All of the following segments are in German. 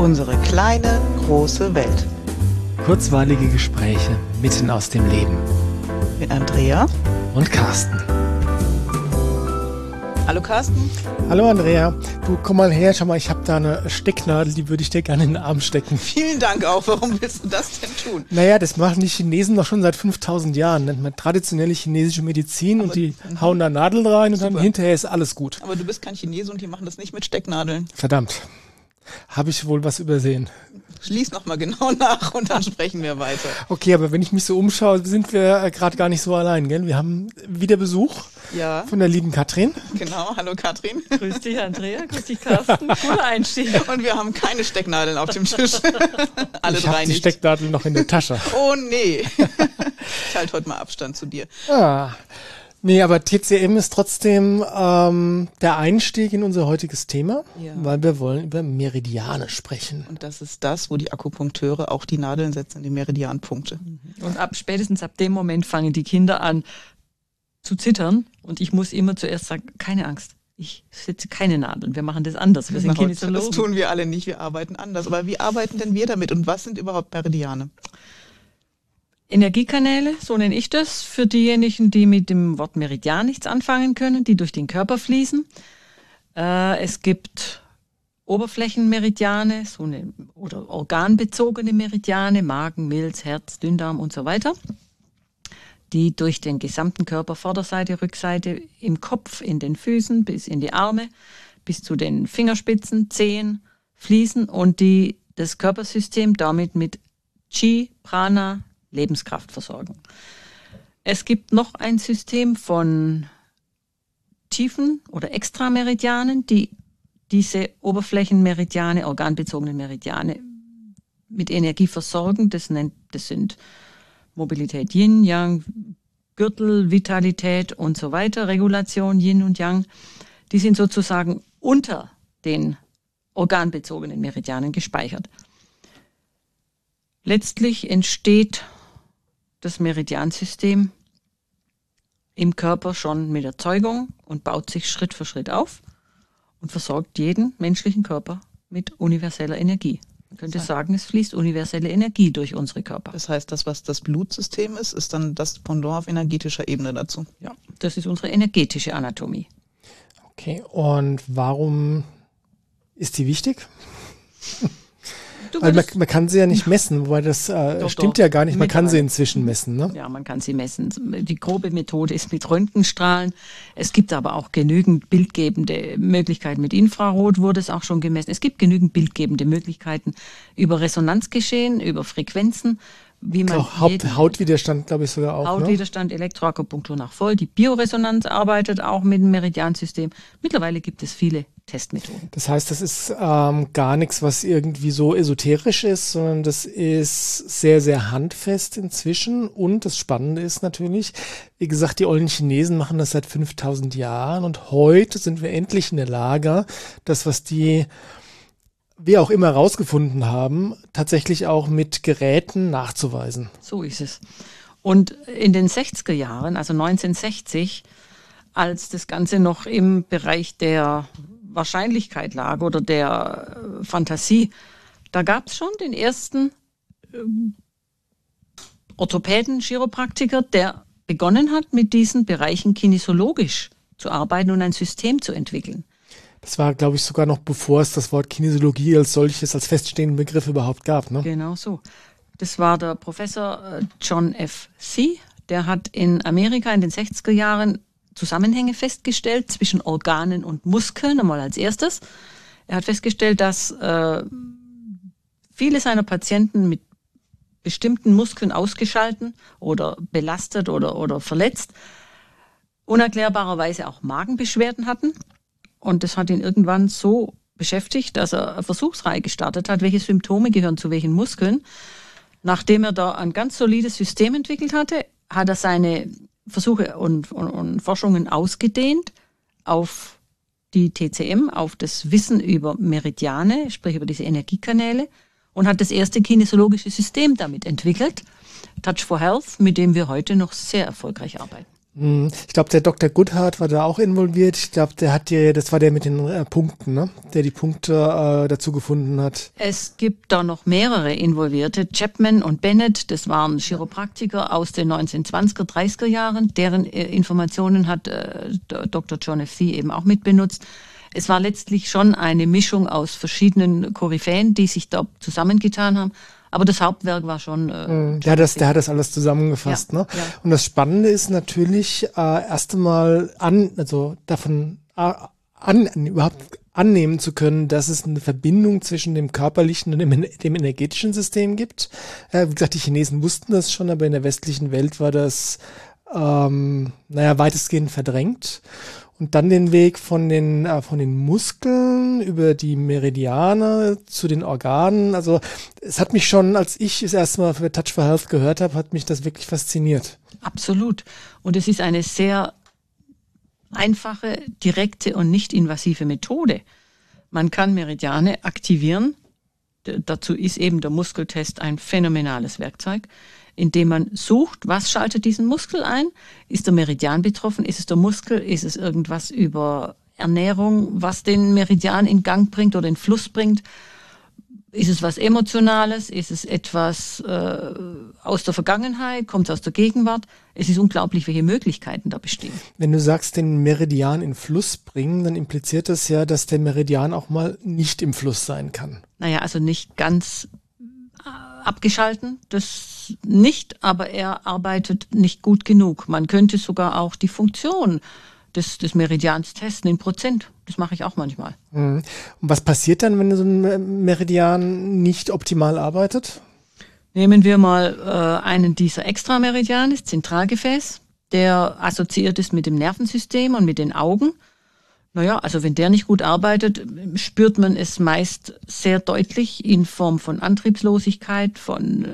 Unsere kleine, große Welt. Kurzweilige Gespräche mitten aus dem Leben. Mit Andrea und Carsten. Hallo Carsten. Hallo Andrea. Du, komm mal her, schau mal, ich habe da eine Stecknadel, die würde ich dir gerne in den Arm stecken. Vielen Dank auch. Warum willst du das denn tun? Naja, das machen die Chinesen doch schon seit 5000 Jahren. Nennt man traditionelle chinesische Medizin. Aber, und die hauen da Nadeln rein und dann hinterher ist alles gut. Aber du bist kein Chinese und die machen das nicht mit Stecknadeln. Verdammt. Habe ich wohl was übersehen. Schließ nochmal genau nach und dann sprechen wir weiter. Okay, aber wenn ich mich so umschaue, sind wir gerade gar nicht so allein, gell? Wir haben wieder Besuch von der lieben Katrin. Genau, hallo Katrin. Grüß dich Andrea, grüß dich Carsten. Cooler Einstieg. Und wir haben keine Stecknadeln auf dem Tisch. Alle ich drei habe die nicht. Stecknadel noch in der Tasche. Oh nee. Ich halte heute mal Abstand zu dir. Nee, aber TCM ist trotzdem der Einstieg in unser heutiges Thema, weil wir wollen über Meridiane sprechen. Und das ist das, wo die Akupunkteure auch die Nadeln setzen, die Meridianpunkte. Und spätestens ab dem Moment fangen die Kinder an zu zittern und ich muss immer zuerst sagen, keine Angst, ich setze keine Nadeln, wir machen das anders, wir sind Kinesiologen. Das tun wir alle nicht, wir arbeiten anders. Aber wie arbeiten denn wir damit und was sind überhaupt Meridiane? Energiekanäle, so nenne ich das, für diejenigen, die mit dem Wort Meridian nichts anfangen können, die durch den Körper fließen. Es gibt Oberflächenmeridiane oder organbezogene Meridiane, Magen, Milz, Herz, Dünndarm und so weiter, die durch den gesamten Körper, Vorderseite, Rückseite, im Kopf, in den Füßen, bis in die Arme, bis zu den Fingerspitzen, Zehen fließen und die das Körpersystem damit mit Qi, Prana, Lebenskraft versorgen. Es gibt noch ein System von Tiefen- oder Extrameridianen, die diese Oberflächenmeridiane, organbezogenen Meridiane mit Energie versorgen. Das sind Mobilität Yin, Yang, Gürtel, Vitalität und so weiter, Regulation Yin und Yang. Die sind sozusagen unter den organbezogenen Meridianen gespeichert. Letztlich entsteht das Meridiansystem im Körper schon mit der Zeugung und baut sich Schritt für Schritt auf und versorgt jeden menschlichen Körper mit universeller Energie. Man könnte sagen, es fließt universelle Energie durch unsere Körper. Das heißt, das, was das Blutsystem ist dann das Pendant auf energetischer Ebene dazu? Ja, das ist unsere energetische Anatomie. Okay, und warum ist die wichtig? Weil man kann sie ja nicht messen, wobei das stimmt ja gar nicht. Man kann sie inzwischen messen, ne? Ja, man kann sie messen. Die grobe Methode ist mit Röntgenstrahlen. Es gibt aber auch genügend bildgebende Möglichkeiten. Mit Infrarot wurde es auch schon gemessen. Es gibt genügend bildgebende Möglichkeiten über Resonanzgeschehen, über Frequenzen. Wie man Hautwiderstand, glaube ich, sogar auch. Hautwiderstand, Elektroakupunktur nach voll. Die Bioresonanz arbeitet auch mit dem Meridiansystem. Mittlerweile gibt es viele Testmethoden. Das heißt, das ist gar nichts, was irgendwie so esoterisch ist, sondern das ist sehr, sehr handfest inzwischen. Und das Spannende ist natürlich, wie gesagt, die ollen Chinesen machen das seit 5000 Jahren und heute sind wir endlich in der Lage, das, was die wir auch immer rausgefunden haben, tatsächlich auch mit Geräten nachzuweisen. So ist es. Und in den 60er Jahren, also 1960, als das Ganze noch im Bereich der Wahrscheinlichkeit lag oder der Fantasie, da gab es schon den ersten Orthopäden, Chiropraktiker, der begonnen hat, mit diesen Bereichen kinesiologisch zu arbeiten und ein System zu entwickeln. Das war, glaube ich, sogar noch bevor es das Wort Kinesiologie als solches, als feststehenden Begriff überhaupt gab, ne? Genau so. Das war der Professor John F. C. Der hat in Amerika in den 60er Jahren Zusammenhänge festgestellt zwischen Organen und Muskeln, einmal als erstes. Er hat festgestellt, dass viele seiner Patienten mit bestimmten Muskeln ausgeschalten oder belastet oder verletzt, unerklärbarerweise auch Magenbeschwerden hatten. Und das hat ihn irgendwann so beschäftigt, dass er eine Versuchsreihe gestartet hat, welche Symptome gehören zu welchen Muskeln. Nachdem er da ein ganz solides System entwickelt hatte, hat er seine Versuche und Forschungen ausgedehnt auf die TCM, auf das Wissen über Meridiane, sprich über diese Energiekanäle, und hat das erste kinesiologische System damit entwickelt, Touch for Health, mit dem wir heute noch sehr erfolgreich arbeiten. Ich glaube, der Dr. Goodhart war da auch involviert. Ich glaube, das war der mit den Punkten, ne? Der die Punkte dazu gefunden hat. Es gibt da noch mehrere Involvierte. Chapman und Bennett, das waren Chiropraktiker aus den 1920er, 30er Jahren. Deren Informationen hat Dr. John F. C. eben auch mitbenutzt. Es war letztlich schon eine Mischung aus verschiedenen Koryphäen, die sich da zusammengetan haben. Aber das Hauptwerk war schon. Der hat das alles zusammengefasst, ja, ne? Ja. Und das Spannende ist natürlich erst einmal überhaupt annehmen zu können, dass es eine Verbindung zwischen dem körperlichen und dem energetischen System gibt. Wie gesagt, die Chinesen wussten das schon, aber in der westlichen Welt war das weitestgehend verdrängt. Und dann den Weg von den Muskeln über die Meridiane zu den Organen. Also es hat mich schon, als ich das erste Mal für Touch for Health gehört habe, hat mich das wirklich fasziniert. Absolut. Und es ist eine sehr einfache, direkte und nicht invasive Methode. Man kann Meridiane aktivieren. Dazu ist eben der Muskeltest ein phänomenales Werkzeug, indem man sucht, was schaltet diesen Muskel ein? Ist der Meridian betroffen? Ist es der Muskel? Ist es irgendwas über Ernährung, was den Meridian in Gang bringt oder in Fluss bringt? Ist es was Emotionales? Ist es etwas aus der Vergangenheit? Kommt es aus der Gegenwart? Es ist unglaublich, welche Möglichkeiten da bestehen. Wenn du sagst, den Meridian in Fluss bringen, dann impliziert das ja, dass der Meridian auch mal nicht im Fluss sein kann. Naja, also nicht ganz abgeschalten, das nicht, aber er arbeitet nicht gut genug. Man könnte sogar auch die Funktion des Meridians testen in Prozent. Das mache ich auch manchmal. Und was passiert dann, wenn so ein Meridian nicht optimal arbeitet? Nehmen wir mal einen dieser Extrameridiane, das Zentralgefäß, der assoziiert ist mit dem Nervensystem und mit den Augen. Naja, also wenn der nicht gut arbeitet, spürt man es meist sehr deutlich in Form von Antriebslosigkeit, von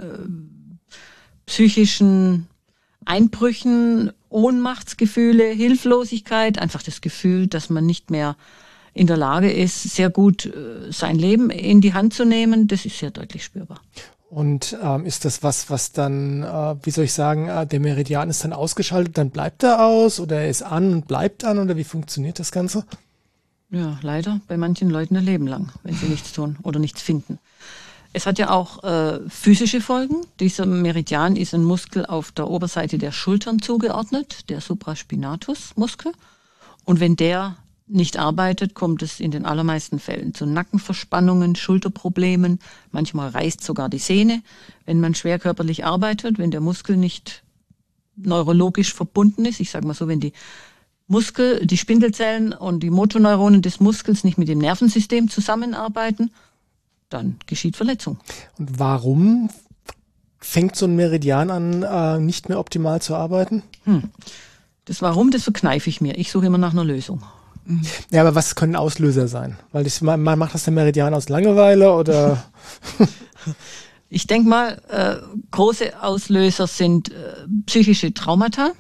psychischen Einbrüchen, Ohnmachtsgefühle, Hilflosigkeit, einfach das Gefühl, dass man nicht mehr in der Lage ist, sehr gut sein Leben in die Hand zu nehmen. Das ist sehr deutlich spürbar. Und ist das was dann, wie soll ich sagen, der Meridian ist dann ausgeschaltet, dann bleibt er aus oder er ist an und bleibt an oder wie funktioniert das Ganze? Ja, leider bei manchen Leuten ein Leben lang, wenn sie nichts tun oder nichts finden. Es hat ja auch physische Folgen. Dieser Meridian ist ein Muskel auf der Oberseite der Schultern zugeordnet, der Supraspinatus-Muskel. Und wenn der nicht arbeitet, kommt es in den allermeisten Fällen zu Nackenverspannungen, Schulterproblemen. Manchmal reißt sogar die Sehne, wenn man schwer körperlich arbeitet, wenn der Muskel nicht neurologisch verbunden ist. Ich sage mal so, wenn die Spindelzellen und die Motoneuronen des Muskels nicht mit dem Nervensystem zusammenarbeiten, dann geschieht Verletzung. Und warum fängt so ein Meridian an, nicht mehr optimal zu arbeiten? Das Warum, das verkneife ich mir. Ich suche immer nach einer Lösung. Ja, aber was können Auslöser sein? Weil man macht das der Meridian aus Langeweile oder? Ich denke mal, große Auslöser sind psychische Traumata,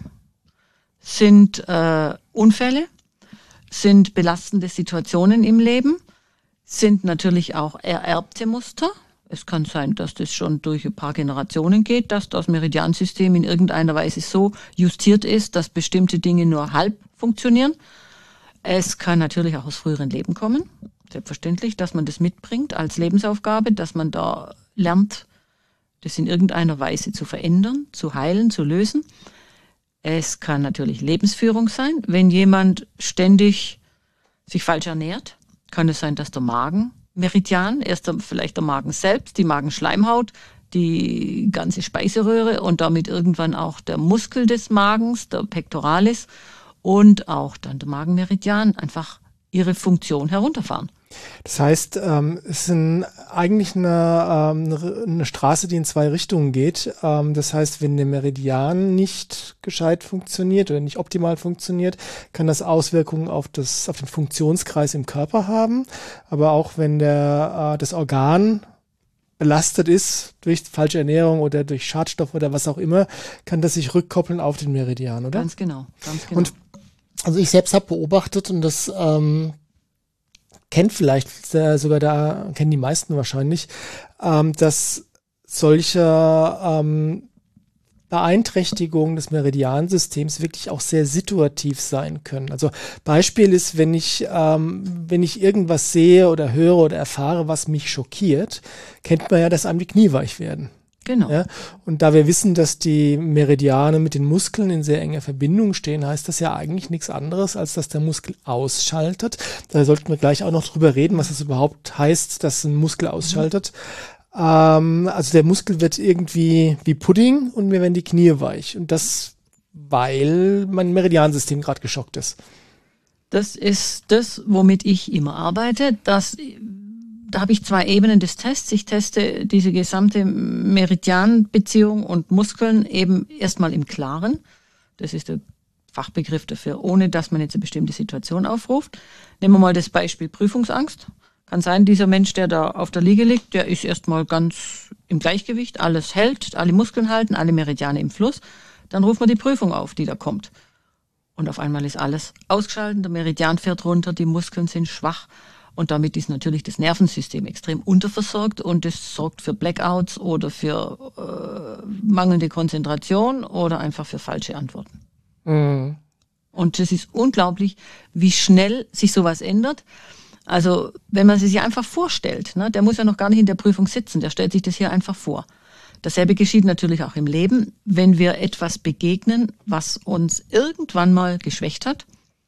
sind Unfälle, sind belastende Situationen im Leben, sind natürlich auch ererbte Muster. Es kann sein, dass das schon durch ein paar Generationen geht, dass das Meridiansystem in irgendeiner Weise so justiert ist, dass bestimmte Dinge nur halb funktionieren. Es kann natürlich auch aus früheren Leben kommen, selbstverständlich, dass man das mitbringt als Lebensaufgabe, dass man da lernt, das in irgendeiner Weise zu verändern, zu heilen, zu lösen. Es kann natürlich Lebensführung sein. Wenn jemand ständig sich falsch ernährt, kann es sein, dass der Magenmeridian, vielleicht der Magen selbst, die Magenschleimhaut, die ganze Speiseröhre und damit irgendwann auch der Muskel des Magens, der Pectoralis, und auch dann der Magenmeridian einfach ihre Funktion herunterfahren. Das heißt, es ist eigentlich eine Straße, die in zwei Richtungen geht. Das heißt, wenn der Meridian nicht gescheit funktioniert oder nicht optimal funktioniert, kann das Auswirkungen auf den Funktionskreis im Körper haben. Aber auch wenn das Organ belastet ist durch falsche Ernährung oder durch Schadstoffe oder was auch immer, kann das sich rückkoppeln auf den Meridian, oder? Ganz genau, ganz genau. Und also ich selbst habe beobachtet und das kennen die meisten wahrscheinlich, dass solche Beeinträchtigungen des Meridiansystems wirklich auch sehr situativ sein können. Also Beispiel ist, wenn ich irgendwas sehe oder höre oder erfahre, was mich schockiert, kennt man ja, dass einem die Knie weich werden. Genau. Ja? Und da wir wissen, dass die Meridiane mit den Muskeln in sehr enger Verbindung stehen, heißt das ja eigentlich nichts anderes, als dass der Muskel ausschaltet. Da sollten wir gleich auch noch drüber reden, was es überhaupt heißt, dass ein Muskel ausschaltet. Also der Muskel wird irgendwie wie Pudding und mir werden die Knie weich. Und das, weil mein Meridiansystem gerade geschockt ist. Das ist das, womit ich immer arbeite. Da habe ich 2 Ebenen des Tests. Ich teste diese gesamte Meridianbeziehung und Muskeln eben erstmal im Klaren. Das ist der Fachbegriff dafür, ohne dass man jetzt eine bestimmte Situation aufruft. Nehmen wir mal das Beispiel Prüfungsangst. Kann sein, dieser Mensch, der da auf der Liege liegt, der ist erstmal ganz im Gleichgewicht, alles hält, alle Muskeln halten, alle Meridiane im Fluss. Dann ruft man die Prüfung auf, die da kommt. Und auf einmal ist alles ausgeschaltet, der Meridian fährt runter, die Muskeln sind schwach. Und damit ist natürlich das Nervensystem extrem unterversorgt und es sorgt für Blackouts oder für mangelnde Konzentration oder einfach für falsche Antworten. Mhm. Und es ist unglaublich, wie schnell sich sowas ändert. Also wenn man sich einfach vorstellt, ne, der muss ja noch gar nicht in der Prüfung sitzen, der stellt sich das hier einfach vor. Dasselbe geschieht natürlich auch im Leben, wenn wir etwas begegnen, was uns irgendwann mal geschwächt hat.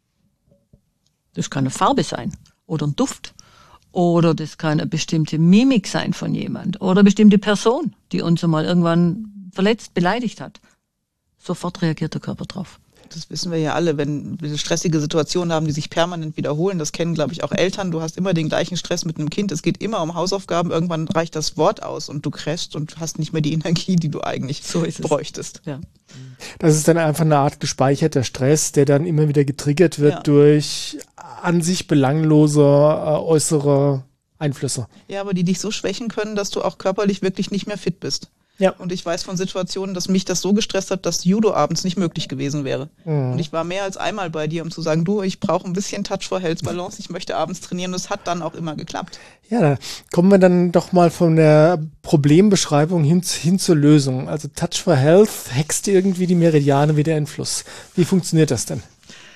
Das kann eine Farbe sein oder ein Duft oder das kann eine bestimmte Mimik sein von jemand oder eine bestimmte Person, die uns einmal irgendwann verletzt, beleidigt hat. Sofort reagiert der Körper drauf. Das wissen wir ja alle, wenn wir stressige Situationen haben, die sich permanent wiederholen. Das kennen, glaube ich, auch Eltern. Du hast immer den gleichen Stress mit einem Kind. Es geht immer um Hausaufgaben. Irgendwann reicht das Wort aus und du crashst und hast nicht mehr die Energie, die du eigentlich bräuchtest. Ja. Das ist dann einfach eine Art gespeicherter Stress, der dann immer wieder getriggert wird durch an sich belanglose äußere Einflüsse. Ja, aber die dich so schwächen können, dass du auch körperlich wirklich nicht mehr fit bist. Ja. Und ich weiß von Situationen, dass mich das so gestresst hat, dass Judo abends nicht möglich gewesen wäre. Mhm. Und ich war mehr als einmal bei dir, um zu sagen, du, ich brauche ein bisschen Touch for Health Balance, ich möchte abends trainieren. Und es hat dann auch immer geklappt. Ja, da kommen wir dann doch mal von der Problembeschreibung hin zur Lösung. Also Touch for Health hext irgendwie die Meridiane wieder in Fluss. Wie funktioniert das denn?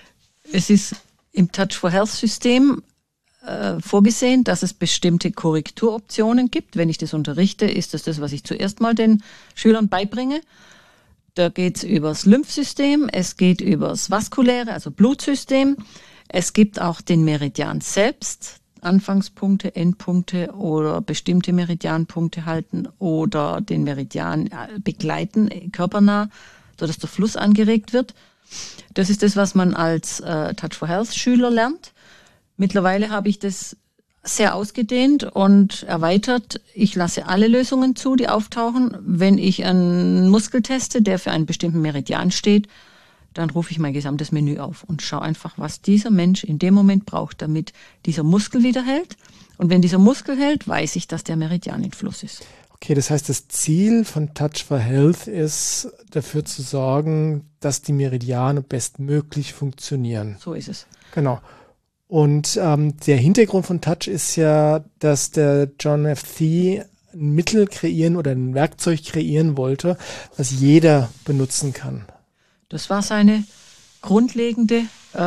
Es ist im Touch for Health System vorgesehen, dass es bestimmte Korrekturoptionen gibt. Wenn ich das unterrichte, ist das, was ich zuerst mal den Schülern beibringe. Da geht es übers Lymphsystem, es geht übers vaskuläre, also Blutsystem. Es gibt auch den Meridian selbst, Anfangspunkte, Endpunkte oder bestimmte Meridianpunkte halten oder den Meridian begleiten, körpernah, sodass der Fluss angeregt wird. Das ist das, was man als Touch for Health Schüler lernt. Mittlerweile habe ich das sehr ausgedehnt und erweitert. Ich lasse alle Lösungen zu, die auftauchen. Wenn ich einen Muskel teste, der für einen bestimmten Meridian steht, dann rufe ich mein gesamtes Menü auf und schaue einfach, was dieser Mensch in dem Moment braucht, damit dieser Muskel wieder hält. Und wenn dieser Muskel hält, weiß ich, dass der Meridian in Fluss ist. Okay, das heißt, das Ziel von Touch for Health ist, dafür zu sorgen, dass die Meridiane bestmöglich funktionieren. So ist es. Genau. Und der Hintergrund von Touch ist ja, dass der John F. Thie ein Mittel kreieren oder ein Werkzeug kreieren wollte, was jeder benutzen kann. Das war seine grundlegende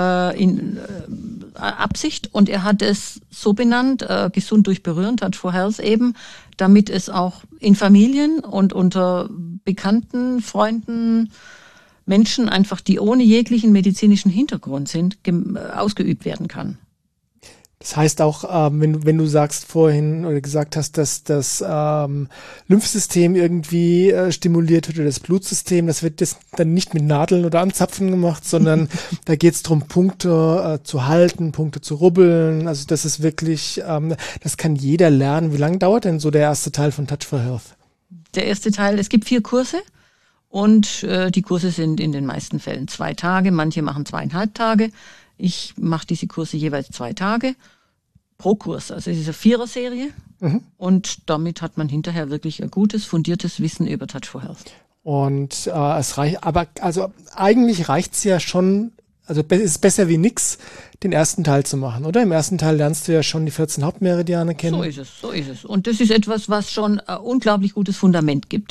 Absicht und er hat es so benannt, gesund durch Berühren, Touch for Health eben, damit es auch in Familien und unter Bekannten, Freunden, Menschen einfach, die ohne jeglichen medizinischen Hintergrund sind, ausgeübt werden kann. Das heißt auch, wenn du sagst vorhin oder gesagt hast, dass das Lymphsystem irgendwie stimuliert wird oder das Blutsystem, das wird das dann nicht mit Nadeln oder Anzapfen gemacht, sondern da geht es darum, Punkte zu halten, Punkte zu rubbeln. Also das ist wirklich, das kann jeder lernen. Wie lange dauert denn so der erste Teil von Touch for Health? Der erste Teil, es gibt 4 Kurse. Und die Kurse sind in den meisten Fällen 2 Tage, manche machen 2,5 Tage. Ich mache diese Kurse jeweils 2 Tage pro Kurs. Also es ist eine 4er-Serie und damit hat man hinterher wirklich ein gutes, fundiertes Wissen über Touch for Health. Und es reicht, aber also eigentlich reicht's ja schon, also es ist besser wie nix, den ersten Teil zu machen, oder? Im ersten Teil lernst du ja schon die 14 Hauptmeridiane kennen. So ist es. Und das ist etwas, was schon ein unglaublich gutes Fundament gibt.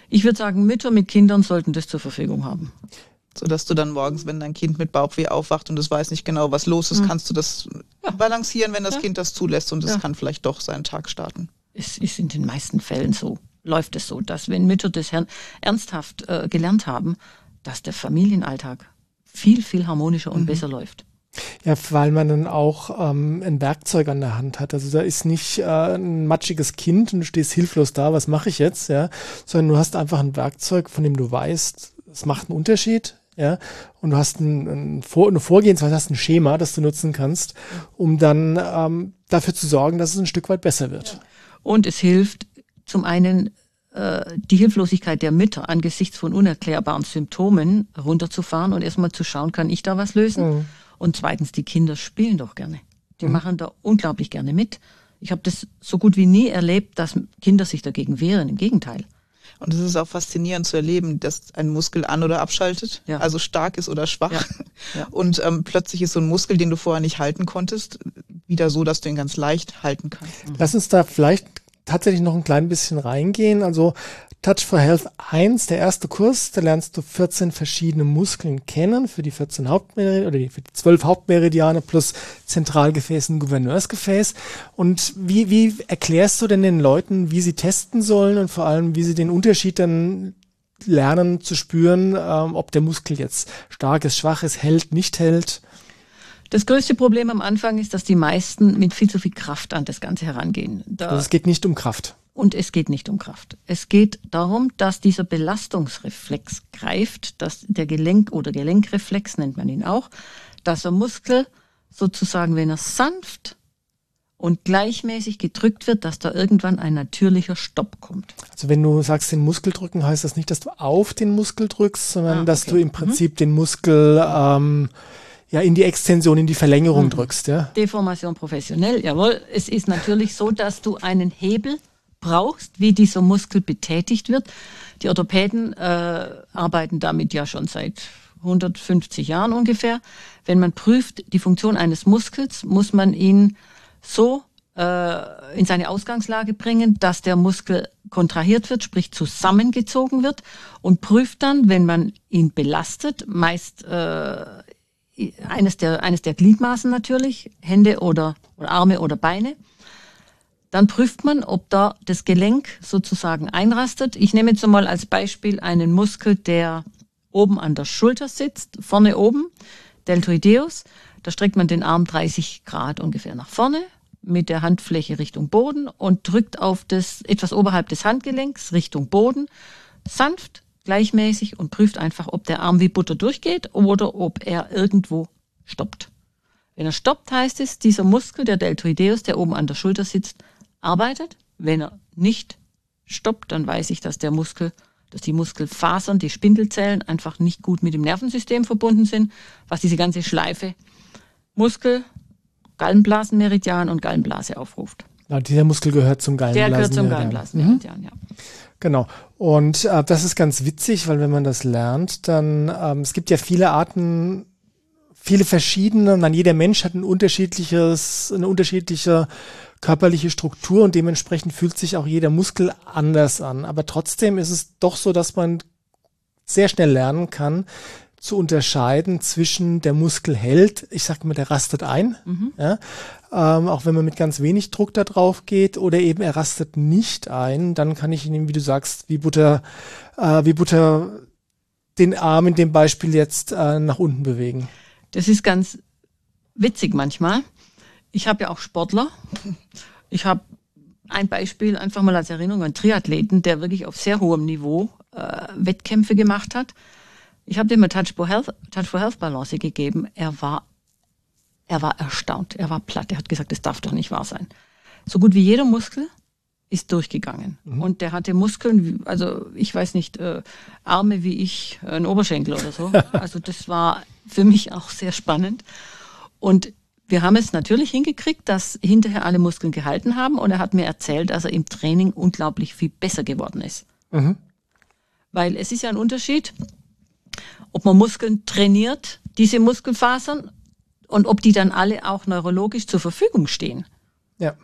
Ich würde sagen, Mütter mit Kindern sollten das zur Verfügung haben. Sodass du dann morgens, wenn dein Kind mit Bauchweh aufwacht und es weiß nicht genau, was los ist, kannst du das balancieren, wenn das Kind das zulässt und es kann vielleicht doch seinen Tag starten. Es ist in den meisten Fällen so, läuft es so, dass wenn Mütter das ernsthaft gelernt haben, dass der Familienalltag viel, viel harmonischer und besser läuft. Ja, weil man dann auch ein Werkzeug an der Hand hat. Also da ist nicht ein matschiges Kind und du stehst hilflos da, was mache ich jetzt, ja, sondern du hast einfach ein Werkzeug, von dem du weißt, es macht einen Unterschied, ja, und du hast eine Vorgehensweise, hast ein Schema, das du nutzen kannst, um dann dafür zu sorgen, dass es ein Stück weit besser wird. Und es hilft zum einen, die Hilflosigkeit der Mütter angesichts von unerklärbaren Symptomen runterzufahren und erstmal zu schauen, kann ich da was lösen? Und zweitens, die Kinder spielen doch gerne. Die machen da unglaublich gerne mit. Ich habe das so gut wie nie erlebt, dass Kinder sich dagegen wehren. Im Gegenteil. Und es ist auch faszinierend zu erleben, dass ein Muskel an- oder abschaltet, also stark ist oder schwach. Ja. Und plötzlich ist so ein Muskel, den du vorher nicht halten konntest, wieder so, dass du ihn ganz leicht halten kannst. Lass uns da vielleicht tatsächlich noch ein klein bisschen reingehen. Also Touch for Health 1, der erste Kurs, da lernst du 14 verschiedene Muskeln kennen für die 14 Hauptmeridiane oder für die 12 Hauptmeridiane plus Zentralgefäß und Gouverneursgefäß. Und wie erklärst du denn den Leuten, wie sie testen sollen und vor allem, wie sie den Unterschied dann lernen zu spüren, ob der Muskel jetzt stark ist, schwach ist, hält, nicht hält? Das größte Problem am Anfang ist, dass die meisten mit viel zu viel Kraft an das Ganze herangehen. Also es geht nicht um Kraft. Und es geht nicht um Kraft. Es geht darum, dass dieser Belastungsreflex greift, dass der Gelenk- oder Gelenkreflex nennt man ihn auch, dass der Muskel sozusagen, wenn er sanft und gleichmäßig gedrückt wird, dass da irgendwann ein natürlicher Stopp kommt. Also wenn du sagst, den Muskel drücken, heißt das nicht, dass du auf den Muskel drückst, sondern dass du im Prinzip den Muskel in die Extension, in die Verlängerung drückst. Ja? Deformation professionell, jawohl. Es ist natürlich so, dass du einen Hebel brauchst, wie dieser Muskel betätigt wird. Die Orthopäden arbeiten damit ja schon seit 150 Jahren ungefähr. Wenn man prüft die Funktion eines Muskels, muss man ihn so in seine Ausgangslage bringen, dass der Muskel kontrahiert wird, sprich zusammengezogen wird und prüft dann, wenn man ihn belastet, meist eines der Gliedmaßen natürlich, Hände oder Arme oder Beine. Dann prüft man, ob da das Gelenk sozusagen einrastet. Ich nehme jetzt mal als Beispiel einen Muskel, der oben an der Schulter sitzt, vorne oben, Deltoideus. Da streckt man den Arm 30 Grad ungefähr nach vorne mit der Handfläche Richtung Boden und drückt auf das etwas oberhalb des Handgelenks Richtung Boden, sanft, gleichmäßig und prüft einfach, ob der Arm wie Butter durchgeht oder ob er irgendwo stoppt. Wenn er stoppt, heißt es, dieser Muskel, der Deltoideus, der oben an der Schulter sitzt, arbeitet. Wenn er nicht stoppt, dann weiß ich, dass die Muskelfasern, die Spindelzellen einfach nicht gut mit dem Nervensystem verbunden sind, was diese ganze Schleife Muskel, Gallenblasenmeridian und Gallenblase aufruft. Ja, dieser Muskel gehört zum Gallenblasenmeridian. Der gehört zum Gallenblasenmeridian, ja. Genau. Und das ist ganz witzig, weil wenn man das lernt, dann es gibt ja viele Arten, viele verschiedene, jeder Mensch hat eine unterschiedliche körperliche Struktur und dementsprechend fühlt sich auch jeder Muskel anders an. Aber trotzdem ist es doch so, dass man sehr schnell lernen kann, zu unterscheiden zwischen der Muskel hält, ich sage immer, der rastet ein, auch wenn man mit ganz wenig Druck da drauf geht, oder eben er rastet nicht ein, dann kann ich ihn, wie du sagst, wie Butter den Arm in dem Beispiel jetzt nach unten bewegen. Das ist ganz witzig manchmal. Ich habe ja auch Sportler. Ich habe ein Beispiel einfach mal als Erinnerung, einen Triathleten, der wirklich auf sehr hohem Niveau Wettkämpfe gemacht hat. Ich habe dem eine Touch for Health Balance gegeben. Er war erstaunt, er war platt. Er hat gesagt, das darf doch nicht wahr sein. So gut wie jeder Muskel ist durchgegangen. Und der hatte Muskeln, also ich weiß nicht, Arme wie ich, ein Oberschenkel oder so. Also das war für mich auch sehr spannend. Und wir haben es natürlich hingekriegt, dass hinterher alle Muskeln gehalten haben. Und er hat mir erzählt, dass er im Training unglaublich viel besser geworden ist. Weil es ist ja ein Unterschied, ob man Muskeln trainiert, diese Muskelfasern, und ob die dann alle auch neurologisch zur Verfügung stehen. Ja.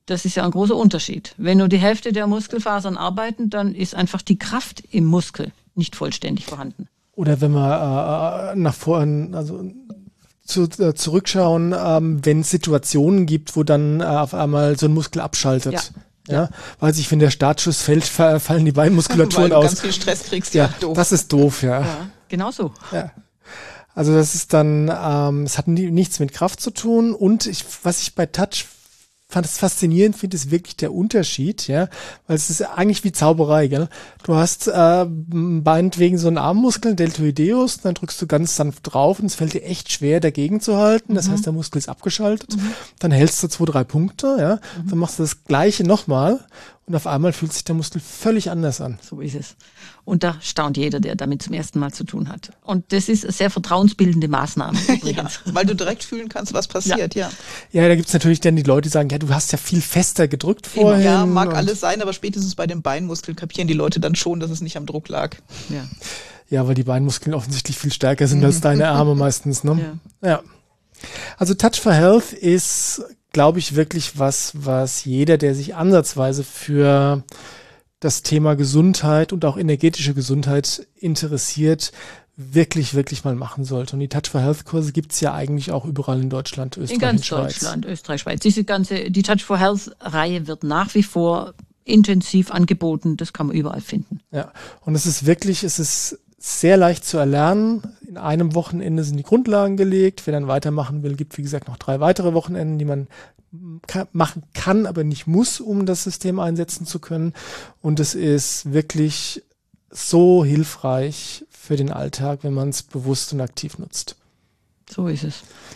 Das ist ja ein großer Unterschied. Wenn nur die Hälfte der Muskelfasern arbeiten, dann ist einfach die Kraft im Muskel nicht vollständig vorhanden. Oder wenn wir nach vorne, also zurückschauen, wenn es Situationen gibt, wo dann auf einmal so ein Muskel abschaltet. Ja, weiß ich, wenn der Startschuss fällt, fallen die Beinmuskulaturen aus. Weil du ganz viel Stress kriegst, doof. Das ist doof, ja. Genau so. Ja. Also das ist dann, es hat nichts mit Kraft zu tun und was ich bei Touch faszinierend finde, ist wirklich der Unterschied, ja, weil es ist eigentlich wie Zauberei, gell? Du hast meinetwegen so einen Armmuskel, Deltoideus, dann drückst du ganz sanft drauf und es fällt dir echt schwer, dagegen zu halten. Das heißt, der Muskel ist abgeschaltet. Dann hältst du 2-3 Punkte, ja. Dann machst du das Gleiche nochmal und auf einmal fühlt sich der Muskel völlig anders an. So ist es. Und da staunt jeder, der damit zum ersten Mal zu tun hat. Und das ist eine sehr vertrauensbildende Maßnahme übrigens. Ja, weil du direkt fühlen kannst, was passiert, ja. Ja, da gibt's natürlich dann die Leute, die sagen, ja, du hast ja viel fester gedrückt vorhin. Ja, mag alles sein, aber spätestens bei den Beinmuskeln kapieren die Leute dann schon, dass es nicht am Druck lag. Ja, weil die Beinmuskeln offensichtlich viel stärker sind als deine Arme meistens, ne? Ja. Also Touch for Health ist, glaube ich, wirklich was jeder, der sich ansatzweise für das Thema Gesundheit und auch energetische Gesundheit interessiert, wirklich, wirklich mal machen sollte. Und die Touch for Health Kurse gibt's ja eigentlich auch überall in Deutschland, Österreich, in ganz Schweiz. Deutschland, Österreich, Schweiz. Die Touch for Health Reihe wird nach wie vor intensiv angeboten. Das kann man überall finden. Ja. Und es ist sehr leicht zu erlernen. In einem Wochenende sind die Grundlagen gelegt. Wer dann weitermachen will, gibt, wie gesagt, noch 3 weitere Wochenenden, die man machen kann, aber nicht muss, um das System einsetzen zu können. Und es ist wirklich so hilfreich für den Alltag, wenn man es bewusst und aktiv nutzt. So ist es.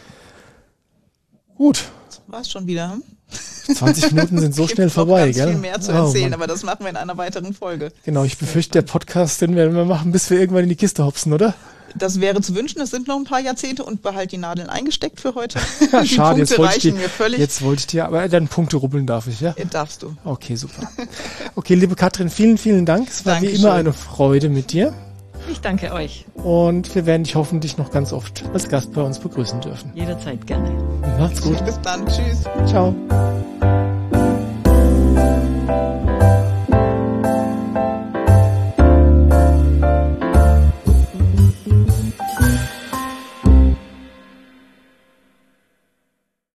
Gut. Das war's schon wieder. 20 Minuten sind so schnell vorbei, gell? Es gibt viel mehr zu erzählen, aber das machen wir in einer weiteren Folge. Genau, ich befürchte, der Podcast, den werden wir machen, bis wir irgendwann in die Kiste hopsen, oder? Das wäre zu wünschen, es sind noch ein paar Jahrzehnte und behalt die Nadeln eingesteckt für heute. Ja, schade, jetzt wollte ich dir, aber dann Punkte rubbeln darf ich, ja? Darfst du. Okay, super. Okay, liebe Katrin, vielen, vielen Dank. Es war wie immer eine Freude mit dir. Ich danke euch. Und wir werden dich hoffentlich noch ganz oft als Gast bei uns begrüßen dürfen. Jederzeit gerne. Macht's gut. Bis dann. Tschüss. Ciao.